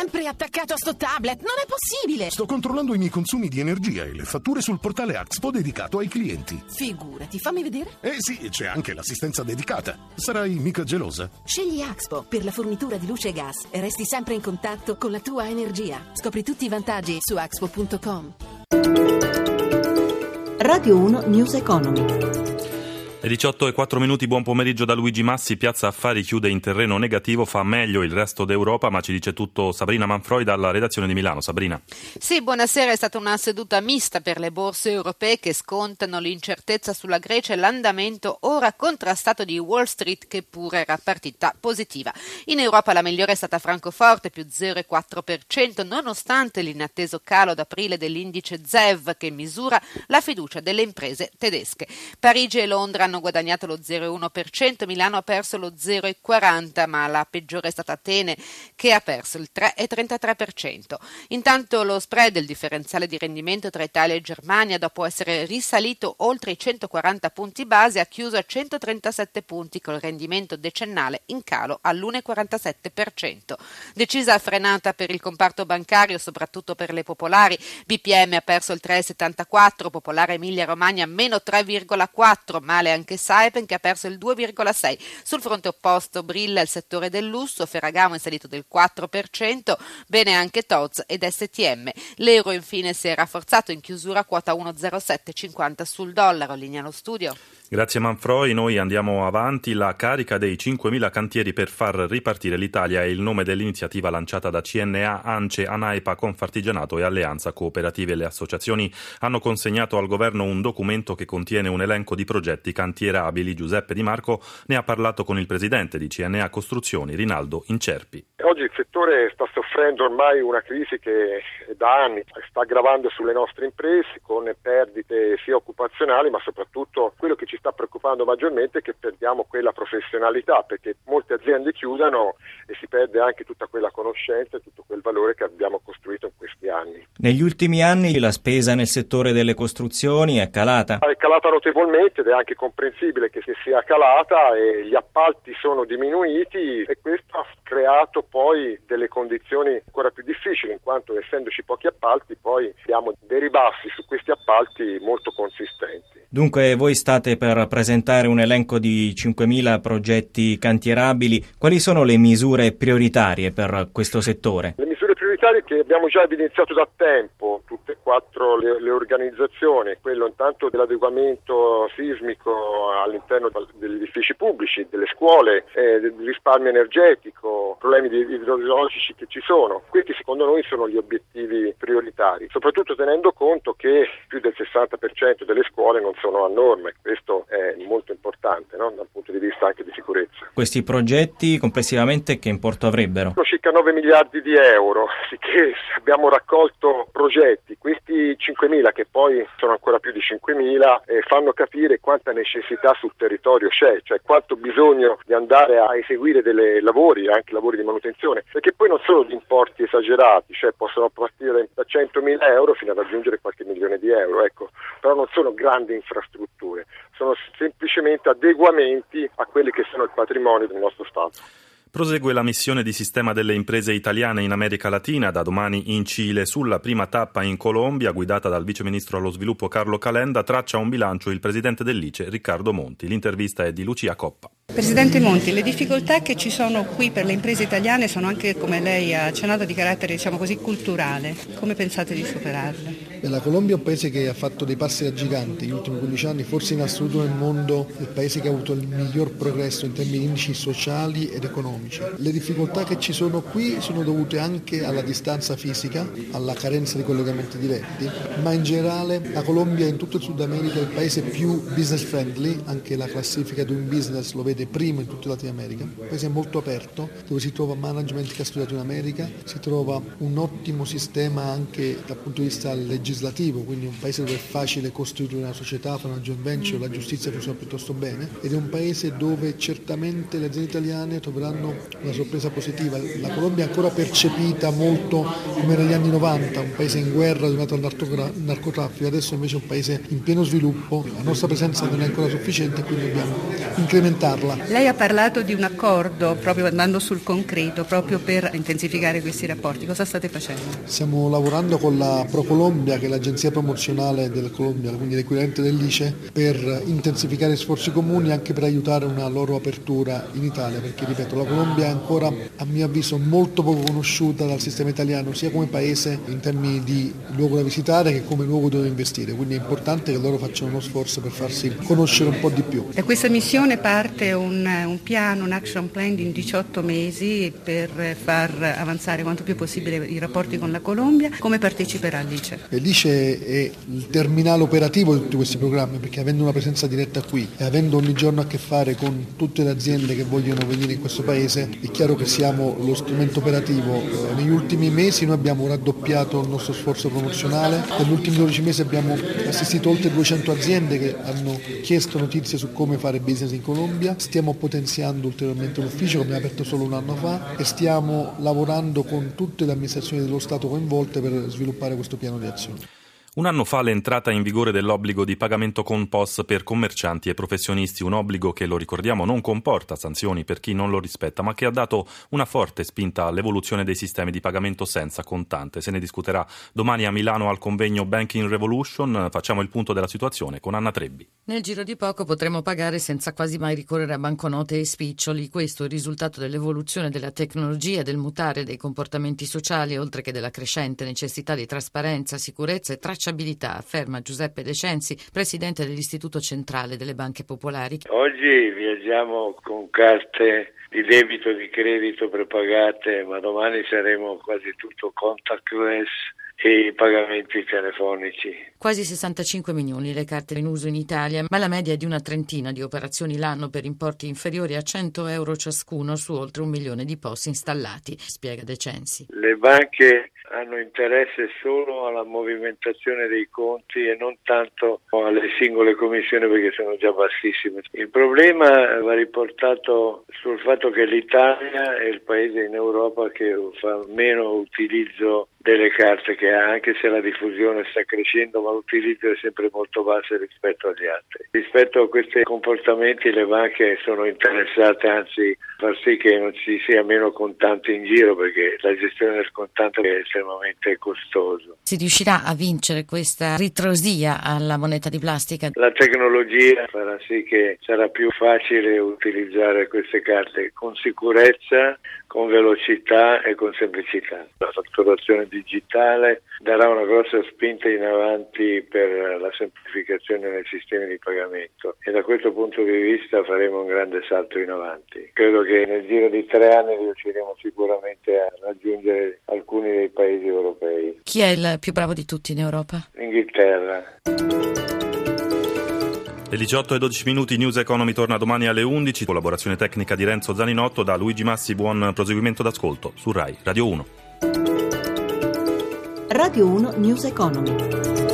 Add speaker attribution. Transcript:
Speaker 1: sempre attaccato a sto tablet, non è possibile!
Speaker 2: Sto controllando i miei consumi di energia e le fatture sul portale Axpo dedicato ai clienti.
Speaker 1: Figurati, fammi vedere.
Speaker 2: Sì, c'è anche l'assistenza dedicata. Sarai mica gelosa?
Speaker 1: Scegli Axpo per la fornitura di luce e gas e resti sempre in contatto con la tua energia. Scopri tutti i vantaggi su axpo.com.
Speaker 3: Radio 1 News Economy.
Speaker 4: Le 18:04, buon pomeriggio da Luigi Massi. Piazza Affari chiude in terreno negativo, fa meglio il resto d'Europa, ma ci dice tutto Sabrina Manfroi dalla redazione di Milano. Sabrina.
Speaker 5: Sì, buonasera. È stata una seduta mista per le borse europee che scontano l'incertezza sulla Grecia e l'andamento ora contrastato di Wall Street, che pure era partita positiva. In Europa la migliore è stata Francoforte, più 0,4%, nonostante l'inatteso calo d'aprile dell'indice ZEV, che misura la fiducia delle imprese tedesche. Parigi e Londra hanno guadagnato lo 0,1%, Milano ha perso lo 0,40%, ma la peggiore è stata Atene, che ha perso il 3,33%. Intanto lo spread, il differenziale di rendimento tra Italia e Germania, dopo essere risalito oltre i 140 punti base, ha chiuso a 137 punti, col rendimento decennale in calo all'1,47%. Decisa frenata per il comparto bancario, soprattutto per le popolari. BPM ha perso il 3,74%, Popolare Emilia Romagna meno 3,4%, male anche Saipem, che ha perso il 2,6%. Sul fronte opposto brilla il settore del lusso, Ferragamo è salito del 4%, bene anche Tozzi ed STM. L'euro infine si è rafforzato in chiusura, quota 1,0750 sul dollaro. Linea allo studio.
Speaker 4: Grazie Manfroi, noi andiamo avanti. La carica dei 5.000 cantieri per far ripartire l'Italia è il nome dell'iniziativa lanciata da CNA, ANCE, ANAEPA, Confartigianato e Alleanza Cooperative. Le associazioni hanno consegnato al governo un documento che contiene un elenco di progetti cantierabili. Giuseppe Di Marco ne ha parlato con il presidente di CNA Costruzioni, Rinaldo Incerpi.
Speaker 6: Oggi il settore sta soffrendo ormai una crisi che da anni sta aggravando sulle nostre imprese, con perdite sia occupazionali, ma soprattutto quello che ci sta preoccupando maggiormente è che perdiamo quella professionalità, perché molte aziende chiudono e si perde anche tutta quella conoscenza e tutto quel valore che abbiamo costruito in questi anni.
Speaker 7: Negli ultimi anni la spesa nel settore delle costruzioni è calata?
Speaker 6: È calata notevolmente ed è anche comprensibile che sia calata, e gli appalti sono diminuiti, e questo ha creato poi delle condizioni ancora più difficili, in quanto essendoci pochi appalti poi abbiamo dei ribassi su questi appalti molto consistenti.
Speaker 7: Dunque voi state per presentare un elenco di 5.000 progetti cantierabili. Quali sono le misure prioritarie per questo settore?
Speaker 6: Le misure prioritarie che abbiamo già evidenziato da tempo, tutte e quattro le organizzazioni, quello intanto dell'adeguamento sismico all'interno degli edifici pubblici, delle scuole, del risparmio energetico, problemi idrogeologici che ci sono. Questi secondo noi sono gli obiettivi prioritari, soprattutto tenendo conto che più del 60% delle scuole non sono a norma, e questo è molto importante, no? Dal punto di vista anche di sicurezza.
Speaker 7: Questi progetti complessivamente che importo avrebbero?
Speaker 6: Circa 9 miliardi di euro, che abbiamo raccolto progetti. Questi 5.000, che poi sono ancora più di 5.000, fanno capire quanta necessità sul territorio c'è, cioè quanto bisogno di andare a eseguire dei lavori, anche lavori di manutenzione, perché poi non sono di importi esagerati, cioè possono partire da 100.000 euro fino a raggiungere qualche milione di euro, ecco. Però non sono grandi infrastrutture, sono semplicemente adeguamenti a quelli che sono il patrimonio del nostro Stato.
Speaker 4: Prosegue la missione di sistema delle imprese italiane in America Latina, da domani in Cile. Sulla prima tappa in Colombia, guidata dal vice ministro allo sviluppo Carlo Calenda, traccia un bilancio il presidente dell'ICE Riccardo Monti. L'intervista è di Lucia Coppa.
Speaker 8: Presidente Monti, le difficoltà che ci sono qui per le imprese italiane sono anche, come lei ha accennato, di carattere culturale. Come pensate di superarle?
Speaker 9: La Colombia è un paese che ha fatto dei passi da gigante negli ultimi 15 anni, forse in assoluto nel mondo il paese che ha avuto il miglior progresso in termini di indici sociali ed economici. Le difficoltà che ci sono qui sono dovute anche alla distanza fisica, alla carenza di collegamenti diretti, ma in generale la Colombia in tutto il Sud America è il paese più business friendly, anche la classifica Doing Business lo vede primo in tutta Latino America, un paese molto aperto, dove si trova management che ha studiato in America, si trova un ottimo sistema anche dal punto di vista legislativo legislativo, quindi un paese dove è facile costituire una società, fare una joint venture, la giustizia funziona piuttosto bene, ed è un paese dove certamente le aziende italiane troveranno una sorpresa positiva. La Colombia è ancora percepita molto come negli anni 90, un paese in guerra dominato dal narcotraffico, adesso invece è un paese in pieno sviluppo, la nostra presenza non è ancora sufficiente, quindi dobbiamo incrementarla.
Speaker 8: Lei ha parlato di un accordo, proprio andando sul concreto, proprio per intensificare questi rapporti. Cosa state facendo?
Speaker 9: Stiamo lavorando con la ProColombia, che è l'agenzia promozionale della Colombia, quindi l'equivalente dell'ICE, per intensificare sforzi comuni anche per aiutare una loro apertura in Italia, perché ripeto, la Colombia è ancora, a mio avviso, molto poco conosciuta dal sistema italiano, sia come paese in termini di luogo da visitare che come luogo dove investire, quindi è importante che loro facciano uno sforzo per farsi conoscere un po' di più.
Speaker 8: Da questa missione parte un piano, un action plan in 18 mesi per far avanzare quanto più possibile i rapporti con la Colombia. Come parteciperà l'ICE?
Speaker 9: L'ICE è il terminale operativo di tutti questi programmi, perché avendo una presenza diretta qui e avendo ogni giorno a che fare con tutte le aziende che vogliono venire in questo paese, è chiaro che siamo lo strumento operativo. Negli ultimi mesi noi abbiamo raddoppiato il nostro sforzo promozionale, negli ultimi 12 mesi abbiamo assistito oltre 200 aziende che hanno chiesto notizie su come fare business in Colombia, stiamo potenziando ulteriormente l'ufficio che abbiamo aperto solo un anno fa e stiamo lavorando con tutte le amministrazioni dello Stato coinvolte per sviluppare questo piano di azione.
Speaker 4: Un anno fa l'entrata in vigore dell'obbligo di pagamento con POS per commercianti e professionisti, un obbligo che, lo ricordiamo, non comporta sanzioni per chi non lo rispetta, ma che ha dato una forte spinta all'evoluzione dei sistemi di pagamento senza contante. Se ne discuterà domani a Milano al convegno Banking Revolution. Facciamo il punto della situazione con Anna Trebbi.
Speaker 10: Nel giro di poco potremo pagare senza quasi mai ricorrere a banconote e spiccioli. Questo è il risultato dell'evoluzione della tecnologia, del mutare dei comportamenti sociali, oltre che della crescente necessità di trasparenza, sicurezza e tracciabilità, afferma Giuseppe De Censi, presidente dell'Istituto Centrale delle Banche Popolari.
Speaker 11: Oggi viaggiamo con carte di debito e di credito prepagate, ma domani saremo quasi tutto contactless e i pagamenti telefonici.
Speaker 10: Quasi 65 milioni le carte in uso in Italia, ma la media è di una trentina di operazioni l'anno per importi inferiori a 100 euro ciascuno su oltre 1 milione di POS installati, spiega De Censi.
Speaker 11: Le banche hanno interesse solo alla movimentazione dei conti e non tanto alle singole commissioni, perché sono già bassissime. Il problema va riportato sul fatto che l'Italia è il paese in Europa che fa meno utilizzo delle carte che ha, anche se la diffusione sta crescendo, ma l'utilizzo è sempre molto basso rispetto agli altri. Rispetto a questi comportamenti le banche sono interessate anzi a far sì che non ci sia meno contanti in giro, perché la gestione del contante è estremamente costoso.
Speaker 10: Si riuscirà a vincere questa ritrosia alla moneta di plastica?
Speaker 11: La tecnologia farà sì che sarà più facile utilizzare queste carte con sicurezza, con velocità e con semplicità. La fatturazione digitale darà una grossa spinta in avanti per la semplificazione nei sistemi di pagamento e da questo punto di vista faremo un grande salto in avanti. Credo che nel giro di 3 anni riusciremo sicuramente a raggiungere alcuni dei paesi europei.
Speaker 10: Chi è il più bravo di tutti in Europa?
Speaker 11: L'Inghilterra.
Speaker 4: Le 18:12, News Economy torna domani alle 11, collaborazione tecnica di Renzo Zaninotto. Da Luigi Massi buon proseguimento d'ascolto su Rai Radio 1.
Speaker 3: Radio 1 News Economy.